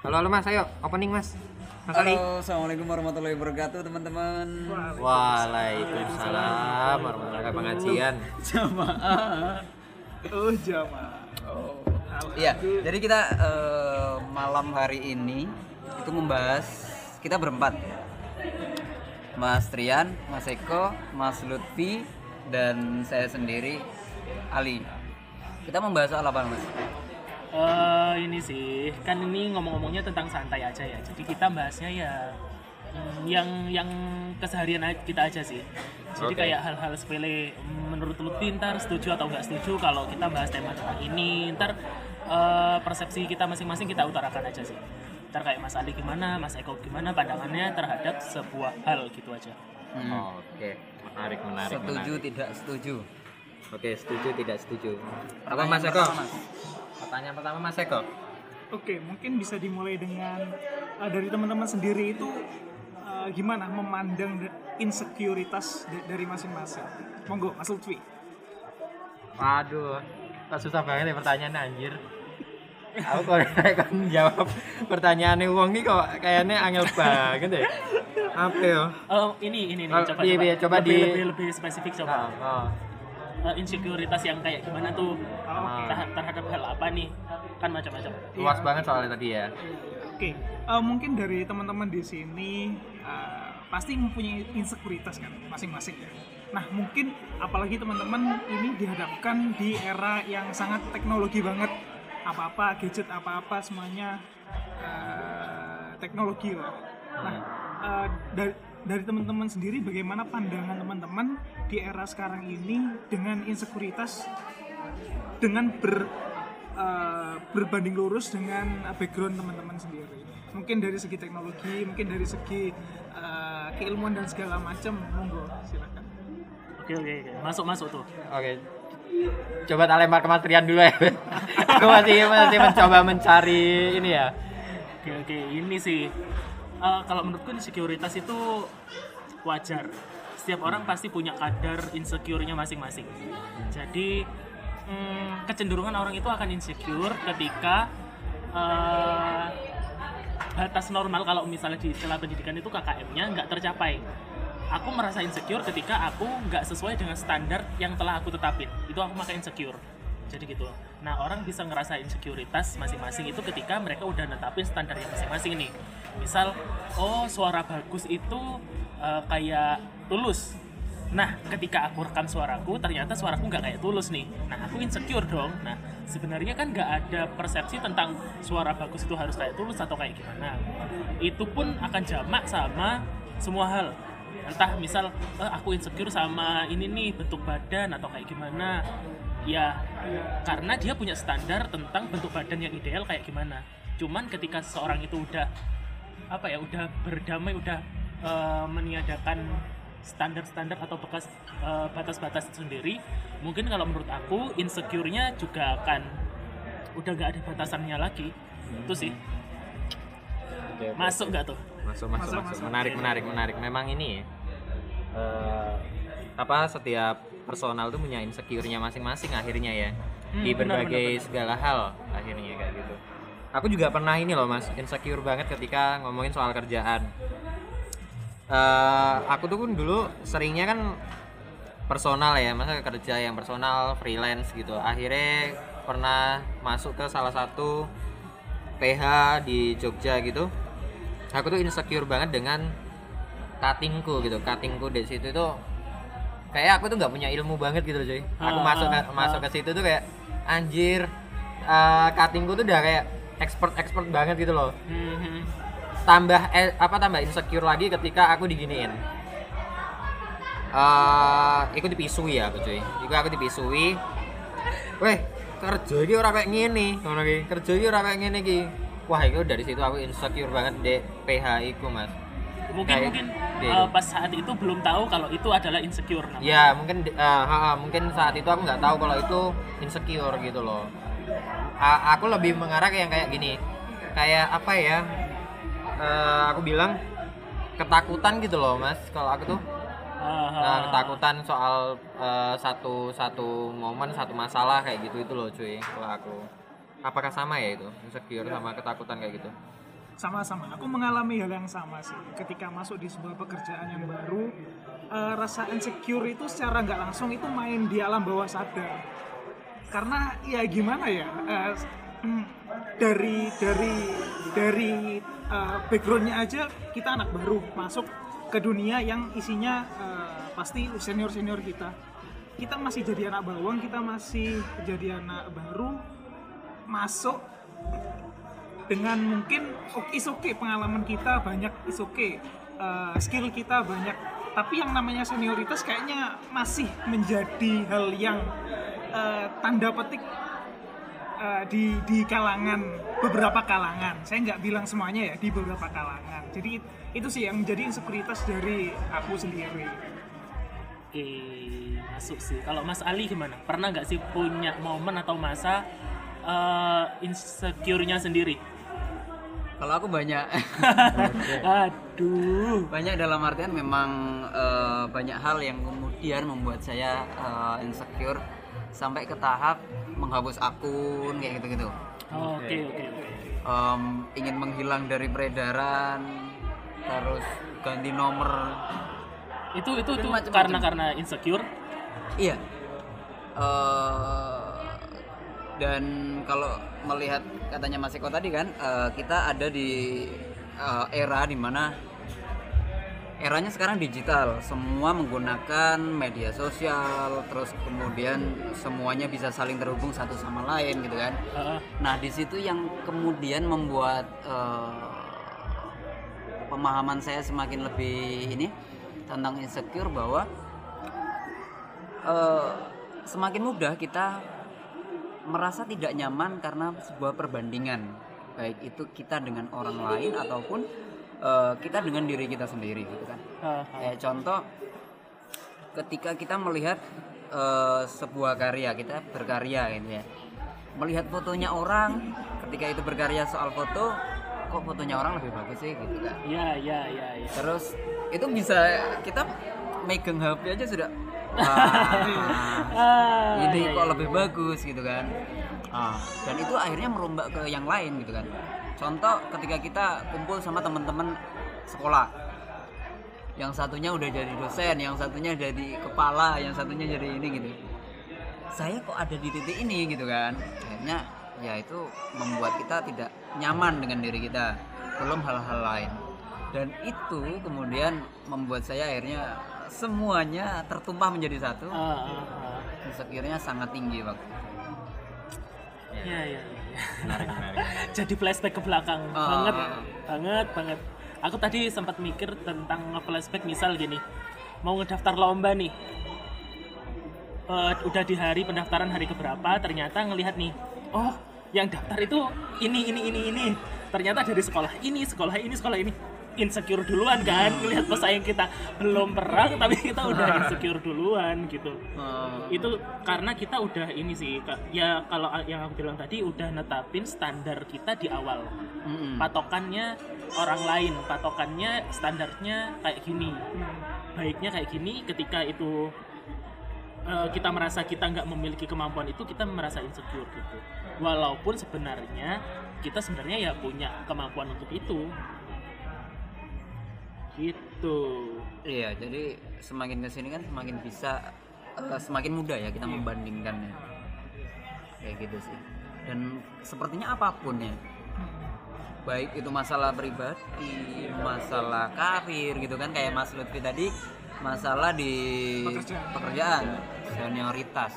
Halo Mas, ayo opening Mas. Mas Ali. Halo, assalamualaikum warahmatullahi wabarakatuh teman-teman. Waalaikumsalam warahmatullahi pengajian. Jamaah. Oh jamaah. Oh. Iya, jadi kita malam hari ini itu membahas kita berempat. Mas Trian, Mas Eko, Mas Lutfi, dan saya sendiri Ali. Kita membahas soal apa, Mas? Ini sih kan ini ngomong-ngomongnya tentang santai aja ya. Jadi kita bahasnya ya yang keseharian kita aja sih. Jadi Oke. kayak hal-hal sepele. Menurut Lutfi ntar setuju atau nggak setuju kalau kita bahas tema tentang ini. Ntar persepsi kita masing-masing kita utarakan aja sih. Ntar kayak Mas Ali gimana, Mas Eko gimana pandangannya terhadap sebuah hal gitu aja. Oke, menarik. Setuju tidak setuju? Oke, setuju tidak setuju. Apa Pertanyaan Mas Eko? pertama, Mas. Pertanyaan pertama Mas Eko. Oke, mungkin bisa dimulai dengan dari teman-teman sendiri itu gimana memandang insekuritas dari masing-masing. Monggo, Mas Lutfi. Waduh, kok susah banget ya pertanyaannya anjir. Aku kok jawab pertanyaannya wong ini kok kayaknya angel banget ya. Apa ya? Ini Oh, coba lebih spesifik coba. Oh. Insekuritas yang kayak gimana tuh terhadap hal apa nih, kan macam-macam. Luas banget soalnya tadi ya. Oke, mungkin dari teman-teman di sini pasti mempunyai insekuritas kan masing-masing ya. Nah, mungkin apalagi teman-teman ini dihadapkan di era yang sangat teknologi banget. Apa-apa gadget, apa-apa semuanya teknologi lah. Nah, dari teman-teman sendiri bagaimana pandangan teman-teman di era sekarang ini dengan insekuritas dengan berbanding lurus dengan background teman-teman sendiri. Mungkin dari segi teknologi, mungkin dari segi keilmuan dan segala macam. Monggo, silakan. Oke. Masuk tuh. Oke. Coba tak lempar ke Mas Trian dulu ya. Aku masih mencoba mencari ini ya. Oke, ini sih kalau menurutku insekuritas itu wajar. Setiap orang pasti punya kadar insecure-nya masing-masing. Jadi kecenderungan orang itu akan insecure ketika batas normal, kalau misalnya di istilah pendidikan itu KKM-nya nggak tercapai. Aku merasa insecure ketika aku nggak sesuai dengan standar yang telah aku tetapin. Itu aku maka insecure. Jadi gitu. Nah, orang bisa ngerasa insekuritas masing-masing itu ketika mereka udah netapin standarnya masing-masing nih. Misal, suara bagus itu kayak Tulus. Nah, ketika aku rekam suaraku, ternyata suaraku nggak kayak Tulus nih. Nah, aku insecure dong. Nah, sebenarnya kan nggak ada persepsi tentang suara bagus itu harus kayak Tulus atau kayak gimana. Itu pun akan jamak sama semua hal. Entah misal, aku insecure sama ini nih, bentuk badan atau kayak gimana. Ya, karena dia punya standar tentang bentuk badan yang ideal kayak gimana. Cuman ketika seseorang itu udah berdamai, udah meniadakan standar-standar atau batas-batas sendiri, mungkin kalau menurut aku insecure-nya juga akan udah gak ada batasannya lagi. Itu sih. Oke. Masuk nggak tuh? Masuk. Menarik. Memang ini setiap personal tuh punya insecure-nya masing-masing akhirnya ya. Di berbagai benar. segala hal akhirnya kayak gitu. Aku juga pernah ini loh Mas, insecure banget ketika ngomongin soal kerjaan. Aku tuh kan dulu seringnya kan personal ya, masa kerja yang personal, freelance gitu. Akhirnya pernah masuk ke salah satu PH di Jogja gitu. Aku tuh insecure banget dengan cuttingku di situ tuh kayak aku tuh nggak punya ilmu banget gitu loh coy. Aku masuk ke situ tuh kayak anjir, cuttingku tuh udah kayak expert banget gitu loh. Tambah insecure lagi ketika aku diginiin. Ikut dipisui ya aku cuy. Aku dipisui. Weh, kerja iki ora kayak ngene, ngono iki. Kerja iki ora kayak ngene iki. Wah, itu dari situ aku insecure banget di PH iku, Mas. Mungkin pas saat itu belum tahu kalau itu adalah insecure namanya. Ya, mungkin saat itu aku nggak tahu kalau itu insecure gitu loh. Aku lebih mengarah ke yang kayak gini. Kayak apa ya? Aku bilang ketakutan gitu loh, Mas. Kalau aku tuh ketakutan soal satu momen, satu masalah kayak gitu itu loh cuy. Kalau aku, apakah sama ya itu insecure sama ketakutan kayak gitu? Sama-sama, aku mengalami hal yang sama sih. Ketika masuk di sebuah pekerjaan yang baru, rasa insecure itu secara nggak langsung itu main di alam bawah sadar. Karena ya gimana ya, dari backgroundnya aja kita anak baru masuk ke dunia yang isinya pasti senior kita. Kita masih jadi anak bawang, kita masih jadi anak baru masuk dengan mungkin is okay, pengalaman kita banyak, is okay, skill kita banyak, tapi yang namanya senioritas kayaknya masih menjadi hal yang tanda petik di kalangan, beberapa kalangan. Saya nggak bilang semuanya ya, di beberapa kalangan. Jadi itu sih yang menjadi insekuritas dari aku sendiri. Oke, masuk sih. Kalau Mas Ali gimana? Pernah nggak sih punya momen atau masa insecure-nya sendiri? Kalau aku banyak. Aduh. Banyak dalam artian memang banyak hal yang kemudian membuat saya insecure sampai ke tahap menghapus akun kayak gitu-gitu. Oke. Ingin menghilang dari peredaran, terus ganti nomor. Itu macam-macam. karena insecure. Iya. Dan kalau melihat katanya Mas Eko tadi kan, kita ada di era dimana eranya sekarang digital, semua menggunakan media sosial, terus kemudian semuanya bisa saling terhubung satu sama lain gitu kan. Nah di situ yang kemudian membuat pemahaman saya semakin lebih ini tentang insecure, bahwa semakin mudah kita merasa tidak nyaman karena sebuah perbandingan, baik itu kita dengan orang lain ataupun kita dengan diri kita sendiri gitu kan. Kayak contoh, ketika kita melihat sebuah karya, kita berkarya gitu ya, melihat fotonya orang, ketika itu berkarya soal foto, kok fotonya orang lebih bagus sih gitu kan. Iya. Terus itu bisa kita megang HP aja sudah ini kok lebih bagus gitu kan. Dan itu akhirnya merombak ke yang lain gitu kan. Contoh ketika kita kumpul sama teman-teman sekolah, yang satunya udah jadi dosen, yang satunya jadi kepala, yang satunya jadi ini gitu, saya kok ada di titik ini gitu kan. Akhirnya ya itu membuat kita tidak nyaman dengan diri kita, belum hal-hal lain. Dan itu kemudian membuat saya akhirnya semuanya tertumpah menjadi satu. Insecure-nya sangat tinggi waktu. Iya. Menarik. Jadi flashback ke belakang banget. Aku tadi sempat mikir tentang flashback, misal gini, mau ngedaftar lomba nih, udah di hari pendaftaran hari keberapa, ternyata ngelihat nih, oh yang daftar itu ini, ternyata dari sekolah ini, insecure duluan kan, ngelihat pesaing kita belum perang tapi kita udah insecure duluan gitu. Itu karena kita udah ini sih, ya kalau yang aku bilang tadi, udah netapin standar kita di awal. Patokannya orang lain, patokannya standarnya kayak gini, baiknya kayak gini. Ketika itu kita merasa kita nggak memiliki kemampuan itu, kita merasa insecure gitu. Walaupun sebenarnya kita ya punya kemampuan untuk itu. Gitu. Iya, jadi semakin kesini kan semakin bisa, semakin mudah ya kita membandingkannya. Kayak gitu sih. Dan sepertinya apapun ya, baik itu masalah pribadi, masalah karir gitu kan, kayak Mas Lutfi tadi, masalah di pekerjaan, senioritas.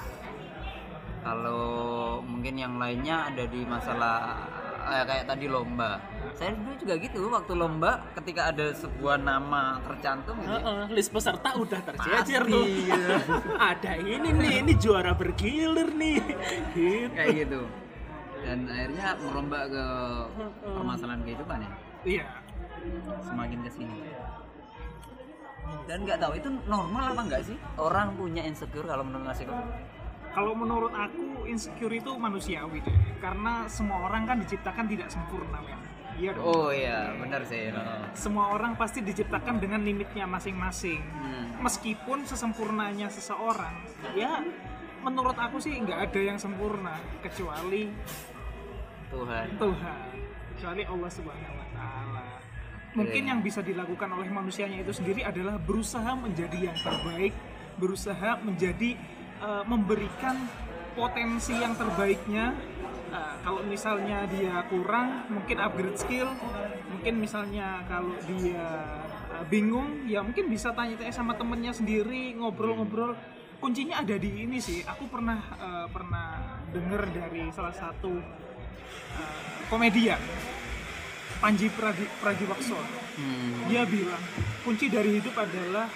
Kalau mungkin yang lainnya ada di masalah kayak tadi lomba. Saya dulu juga gitu, waktu lomba ketika ada sebuah nama tercantum gitu, list peserta udah tercecer tuh. Ada ini juara bergilir nih. Gitu. Kayak gitu. Dan akhirnya merombak ke permasalahan kehidupan ya. Iya. Semakin kesini. Dan nggak tahu itu normal apa enggak sih orang punya insecure kalau menurut Mas Eko? Kalau menurut aku insecure itu manusiawi deh, karena semua orang kan diciptakan tidak sempurna, men. Iya dong. Oh iya, benar sih. Semua orang pasti diciptakan dengan limitnya masing-masing. Meskipun sesempurnanya seseorang, ya menurut aku sih nggak ada yang sempurna kecuali Tuhan. kecuali Allah Subhanahu wa taala. Mungkin yang bisa dilakukan oleh manusianya itu sendiri adalah berusaha menjadi yang terbaik, berusaha menjadi memberikan potensi yang terbaiknya. Kalau misalnya dia kurang, mungkin upgrade skill. Mungkin misalnya kalau dia bingung, ya mungkin bisa tanya-tanya sama temennya sendiri, ngobrol-ngobrol. Kuncinya ada di ini sih. Aku pernah dengar dari salah satu komedian, Panji Pragiwaksono. Dia bilang kunci dari hidup adalah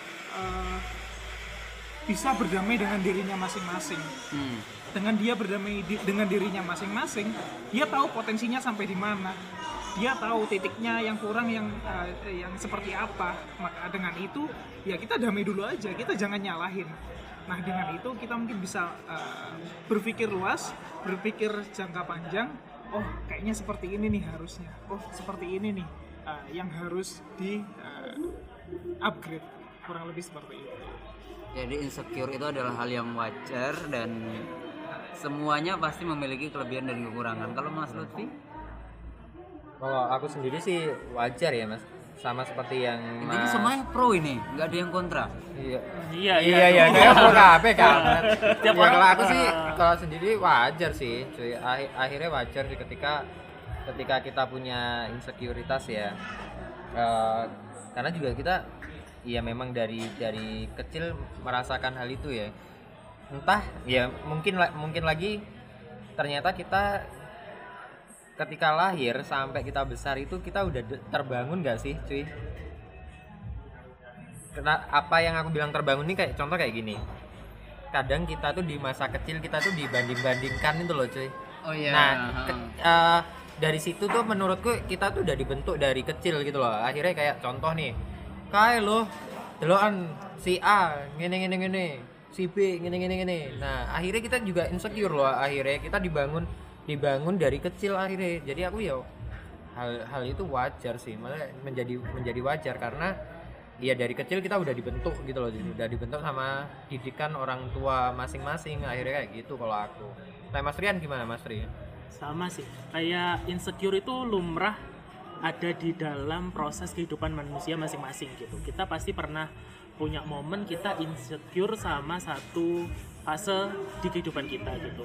bisa berdamai dengan dirinya masing-masing. Dengan dia berdamai dengan dirinya masing-masing, dia tahu potensinya sampai di mana. Dia tahu titiknya yang kurang, yang seperti apa. Maka dengan itu ya kita damai dulu aja, kita jangan nyalahin. Nah dengan itu kita mungkin bisa berpikir luas, berpikir jangka panjang. Oh kayaknya seperti ini nih harusnya. Oh seperti ini nih yang harus di upgrade, kurang lebih seperti itu. Jadi insecure itu adalah hal yang wajar dan semuanya pasti memiliki kelebihan dan kekurangan. Kalau Mas Lutfi? Kalau aku sendiri sih wajar ya Mas, sama seperti yang Ini semuanya pro ini, nggak ada yang kontra. Iya. Iya. Kayak pro KB kan. Ya orang- kalau aku sih kalau sendiri wajar sih, cuy. Akhirnya wajar sih ketika kita punya insekuritas ya. Karena juga kita ya memang dari kecil merasakan hal itu ya. Entah ya mungkin lagi ternyata kita ketika lahir sampai kita besar itu kita udah terbangun gak sih cuy? Karena apa yang aku bilang terbangun ini kayak contoh kayak gini. Kadang kita tuh di masa kecil kita tuh dibanding-bandingkan itu loh cuy. Oh iya. Nah dari situ tuh menurutku kita tuh udah dibentuk dari kecil gitu loh. Akhirnya kayak contoh nih, kayak lo delokan si A ngene, si B ngene. Nah akhirnya kita juga insecure loh. Akhirnya kita dibangun dari kecil akhirnya. Jadi aku ya hal itu wajar sih, malah menjadi wajar karena ya dari kecil kita udah dibentuk gitu loh, udah dibentuk sama didikan orang tua masing-masing. Akhirnya kayak gitu kalau aku. Nah Mas Rian gimana Mas Rian? Sama sih, kayak insecure itu lumrah ada di dalam proses kehidupan manusia masing-masing gitu. Kita pasti pernah punya momen kita insecure sama satu fase di kehidupan kita gitu.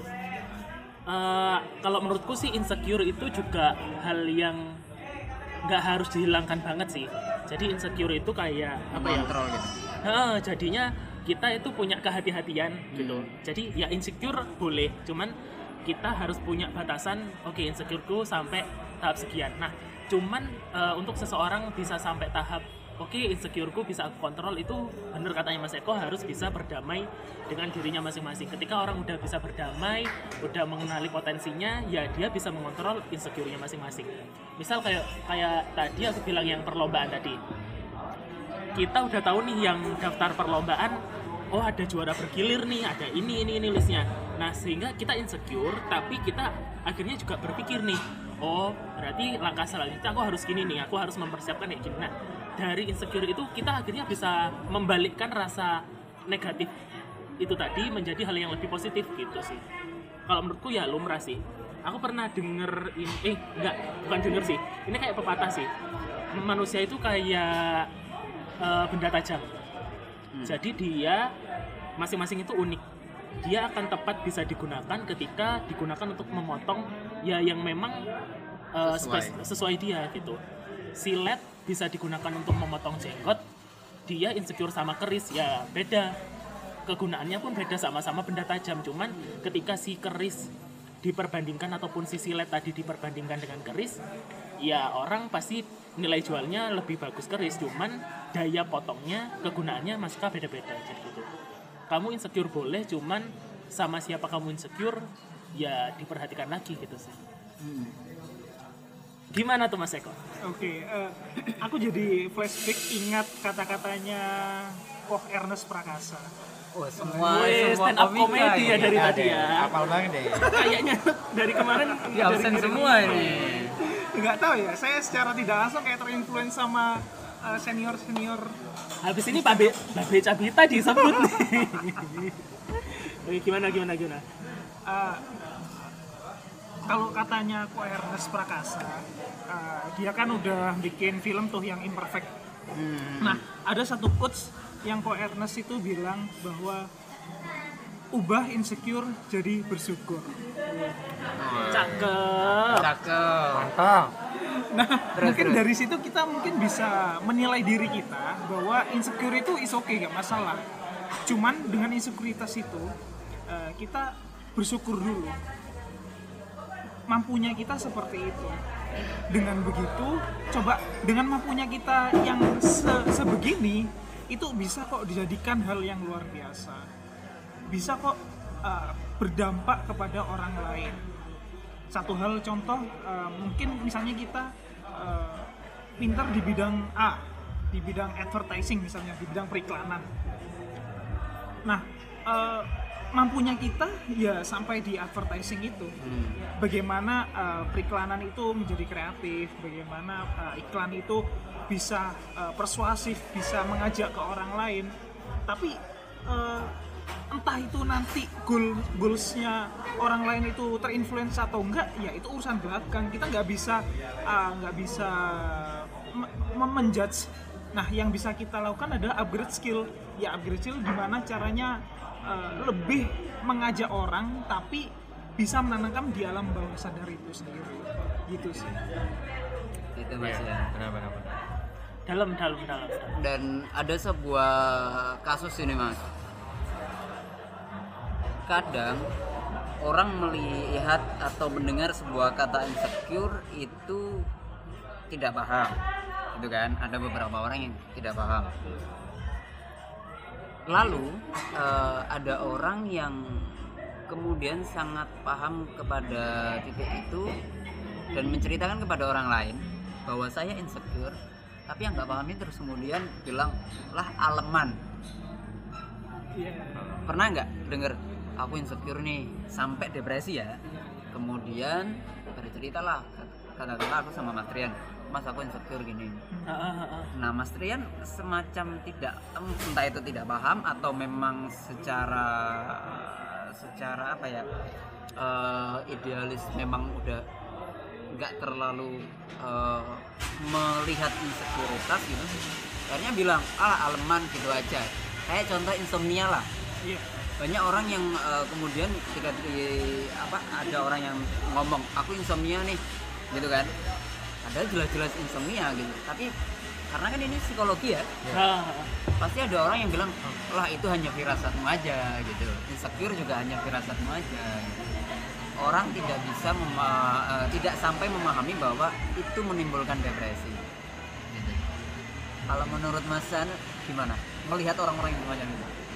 Kalau menurutku sih insecure itu juga hal yang nggak harus dihilangkan banget sih. Jadi insecure itu kayak apa ya? Kontrol gitu. Jadinya kita itu punya kehati-hatian gitu. Jadi ya insecure boleh, cuman kita harus punya batasan. Oke, insecureku sampai tahap sekian. Nah, cuman untuk seseorang bisa sampai tahap oke, insecureku bisa aku kontrol, itu bener katanya Mas Eko, harus bisa berdamai dengan dirinya masing-masing. Ketika orang udah bisa berdamai, udah mengenali potensinya, ya dia bisa mengontrol insecure-nya masing-masing. Misal kayak tadi aku bilang yang perlombaan tadi. Kita udah tahu nih yang daftar perlombaan, oh ada juara bergilir nih, ada ini listnya. Nah sehingga kita insecure, tapi kita akhirnya juga berpikir nih, oh berarti langkah selanjutnya aku harus gini nih, aku harus mempersiapkan kayak gini. Nah dari insecure itu kita akhirnya bisa membalikkan rasa negatif itu tadi menjadi hal yang lebih positif gitu sih. Kalau menurutku ya lumrah sih. Aku pernah denger ini, bukan denger sih, ini kayak pepatah sih. Manusia itu kayak benda tajam. Jadi dia masing-masing itu unik. Dia akan tepat bisa digunakan ketika digunakan untuk memotong ya yang memang sesuai dia gitu. Silet bisa digunakan untuk memotong jenggot, dia insecure sama keris ya beda. Kegunaannya pun beda, sama-sama benda tajam. Cuman ketika si keris diperbandingkan ataupun si silet tadi diperbandingkan dengan keris, ya orang pasti nilai jualnya lebih bagus keris. Cuman daya potongnya, kegunaannya masih beda-beda jadi gitu. Kamu insecure boleh, cuman sama siapa kamu insecure ya diperhatikan lagi gitu sih. Gimana tuh Mas Eko? Oke, aku jadi flashback ingat kata-katanya Koh Ernest Prakasa. Oh, semua Stand up comedy ya dari tadi ya. Apal banget deh. Kayaknya dari kemarin Di absen semua ini. Nggak tahu ya, saya secara tidak langsung kayak terinfluence sama senior-senior. habis ini Babe Cabita disebut nih. Oke, gimana? Uh, kalau katanya Ko Ernest Prakasa, dia kan udah bikin film tuh yang Imperfect. Nah, ada satu quotes yang Ko Ernest itu bilang bahwa ubah insecure jadi bersyukur. Cakep. Cakep. Mantap. Nah, mungkin dari situ kita mungkin bisa menilai diri kita bahwa insecure itu is okay, gak masalah. Cuman dengan insekuritas itu kita bersyukur dulu. Mampunya kita seperti itu. Dengan begitu, coba dengan mampunya kita yang sebegini, itu bisa kok dijadikan hal yang luar biasa. Bisa kok berdampak kepada orang lain. Satu hal contoh, mungkin misalnya kita pintar di bidang A, di bidang advertising misalnya, di bidang periklanan. Nah, mampunya kita ya sampai di advertising itu. Bagaimana periklanan itu menjadi kreatif, bagaimana iklan itu bisa persuasif, bisa mengajak ke orang lain. Tapi entah itu nanti goalsnya orang lain itu terinfluence atau enggak, ya itu urusan belakang. Kita nggak bisa menjudge. Nah, yang bisa kita lakukan adalah upgrade skill. Ya upgrade skill gimana caranya lebih mengajak orang tapi bisa menanamkan di alam bawah sadar itu sendiri. Gitu sih. Itu Mas ya. Benar. Dalam. Dan ada sebuah kasus ini Mas. Kadang orang melihat atau mendengar sebuah kata insecure itu tidak paham, gitu kan? Ada beberapa orang yang tidak paham. Lalu ada orang yang kemudian sangat paham kepada titik itu dan menceritakan kepada orang lain bahwa saya insecure, tapi yang nggak paham ini terus kemudian bilang lah aleman. Pernah nggak dengar aku insecure nih sampai depresi ya? Kemudian bercerita lah, katakanlah aku sama Mas Trian, Mas aku insecure gini. Nah Mas Trian semacam tidak, entah itu tidak paham atau memang secara apa ya, idealis memang udah nggak terlalu melihat insekuritas gitu, akhirnya bilang aleman gitu aja. Kayak contoh insomnia lah. Banyak orang yang kemudian ketika ada orang yang ngomong aku insomnia nih gitu kan, padahal jelas-jelas insomnia gitu, tapi karena kan ini psikologi ya, pasti ada orang yang bilang lah itu hanya firasatmu aja gitu, insecure juga hanya firasatmu aja gitu. Orang tidak bisa tidak sampai memahami bahwa itu menimbulkan depresi gitu. Kalau menurut Mas San gimana melihat orang-orang yang semacam itu?